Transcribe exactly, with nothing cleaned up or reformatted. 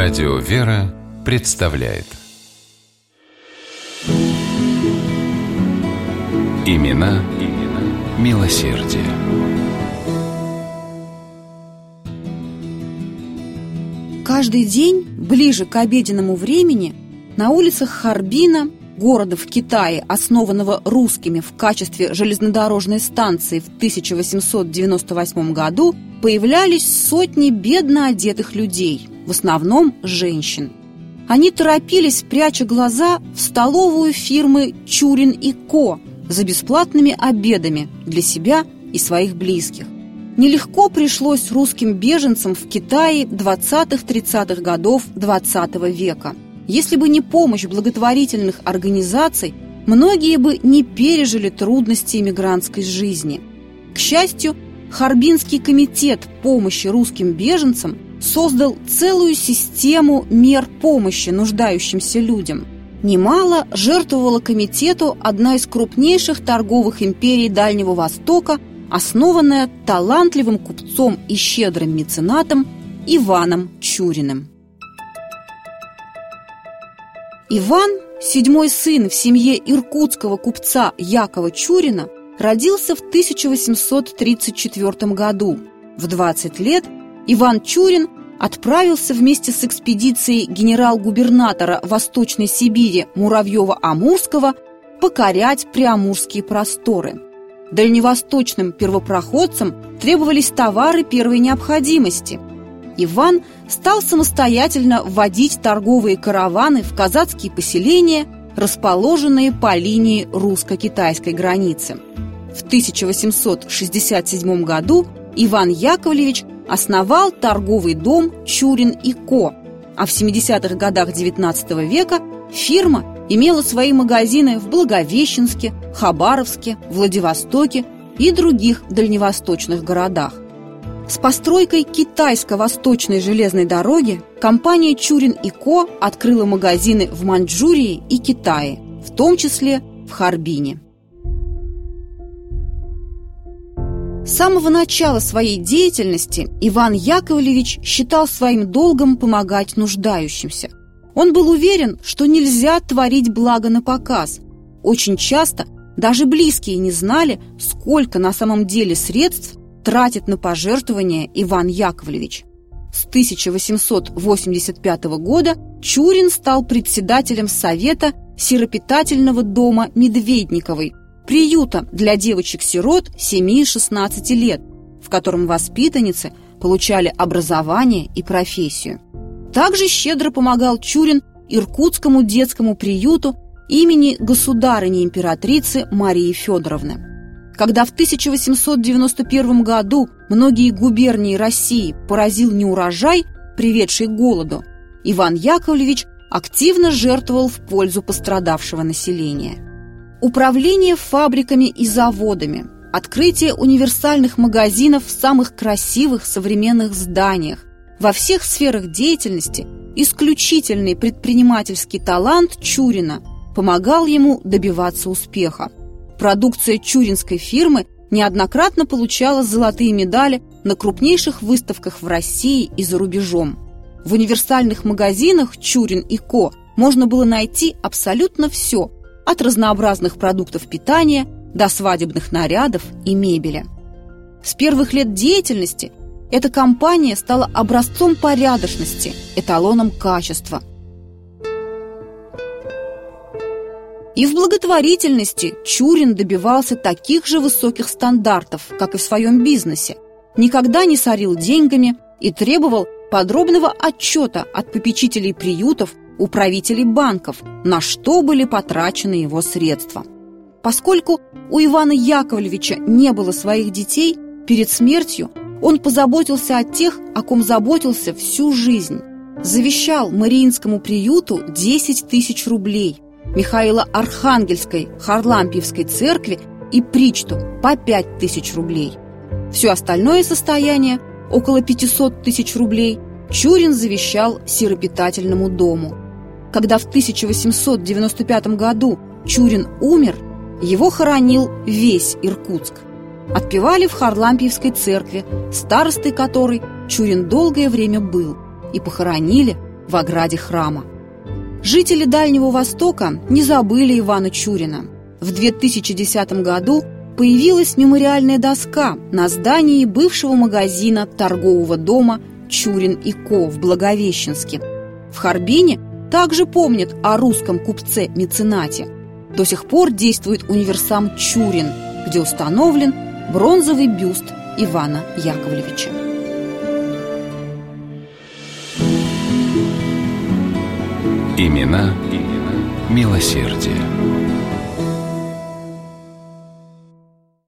Радио «Вера» представляет Имена, имена милосердия. Каждый день, ближе к обеденному времени, на улицах Харбина, города в Китае, основанного русскими в качестве железнодорожной станции в тысяча восемьсот девяносто восьмом году, появлялись сотни бедно одетых людей, в основном женщин. Они торопились, пряча глаза, в столовую фирмы «Чурин и Ко» за бесплатными обедами для себя и своих близких. Нелегко пришлось русским беженцам в Китае двадцатых-тридцатых годов двадцатого века. Если бы не помощь благотворительных организаций, многие бы не пережили трудности эмигрантской жизни. К счастью, Харбинский комитет помощи русским беженцам создал целую систему мер помощи нуждающимся людям. Немало жертвовала комитету одна из крупнейших торговых империй Дальнего Востока, основанная талантливым купцом и щедрым меценатом Иваном Чуриным. Иван, седьмой сын в семье иркутского купца Якова Чурина, родился в тысяча восемьсот тридцать четвёртом году. В двадцать лет Иван Чурин отправился вместе с экспедицией генерал-губернатора Восточной Сибири Муравьева-Амурского покорять приамурские просторы. Дальневосточным первопроходцам требовались товары первой необходимости. Иван стал самостоятельно вводить торговые караваны в казацкие поселения, расположенные по линии русско-китайской границы. В тысяча восемьсот шестьдесят седьмом году Иван Яковлевич основал торговый дом «Чурин и Ко», а в семидесятых годах девятнадцатого века фирма имела свои магазины в Благовещенске, Хабаровске, Владивостоке и других дальневосточных городах. С постройкой китайско-восточной железной дороги компания «Чурин и Ко» открыла магазины в Маньчжурии и Китае, в том числе в Харбине. С самого начала своей деятельности Иван Яковлевич считал своим долгом помогать нуждающимся. Он был уверен, что нельзя творить благо напоказ. Очень часто даже близкие не знали, сколько на самом деле средств тратит на пожертвования Иван Яковлевич. С тысяча восемьсот восемьдесят пятого года Чурин стал председателем совета сиропитательного дома Медведниковой, приюта для девочек-сирот семи-шестнадцати лет, в котором воспитанницы получали образование и профессию. Также щедро помогал Чурин Иркутскому детскому приюту имени государыни-императрицы Марии Федоровны. Когда в тысяча восемьсот девяносто первом году многие губернии России поразил неурожай, приведший к голоду, Иван Яковлевич активно жертвовал в пользу пострадавшего населения. Управление фабриками и заводами, открытие универсальных магазинов в самых красивых современных зданиях, во всех сферах деятельности исключительный предпринимательский талант Чурина помогал ему добиваться успеха. Продукция чуринской фирмы неоднократно получала золотые медали на крупнейших выставках в России и за рубежом. В универсальных магазинах «Чурин и Ко» можно было найти абсолютно все, от разнообразных продуктов питания до свадебных нарядов и мебели. С первых лет деятельности эта компания стала образцом порядочности, эталоном качества. И в благотворительности Чурин добивался таких же высоких стандартов, как и в своем бизнесе. Никогда не сорил деньгами и требовал подробного отчета от попечителей приютов, управителей банков, на что были потрачены его средства. Поскольку у Ивана Яковлевича не было своих детей, перед смертью он позаботился о тех, о ком заботился всю жизнь. Завещал Мариинскому приюту десять тысяч рублей, Михаило-Архангельской Харлампиевской церкви и Причту по пять тысяч рублей. Все остальное состояние, около пятьсот тысяч рублей, Чурин завещал сиропитательному дому. Когда в тысяча восемьсот девяносто пятом году Чурин умер, его хоронил весь Иркутск. Отпевали в Харлампиевской церкви, старостой которой Чурин долгое время был, и похоронили в ограде храма. Жители Дальнего Востока не забыли Ивана Чурина. В две тысячи десятом году появилась мемориальная доска на здании бывшего магазина торгового дома «Чурин и Ко» в Благовещенске. В Харбине также помнят о русском купце-меценате. До сих пор действует универсам «Чурин», где установлен бронзовый бюст Ивана Яковлевича. Имена, имена милосердия.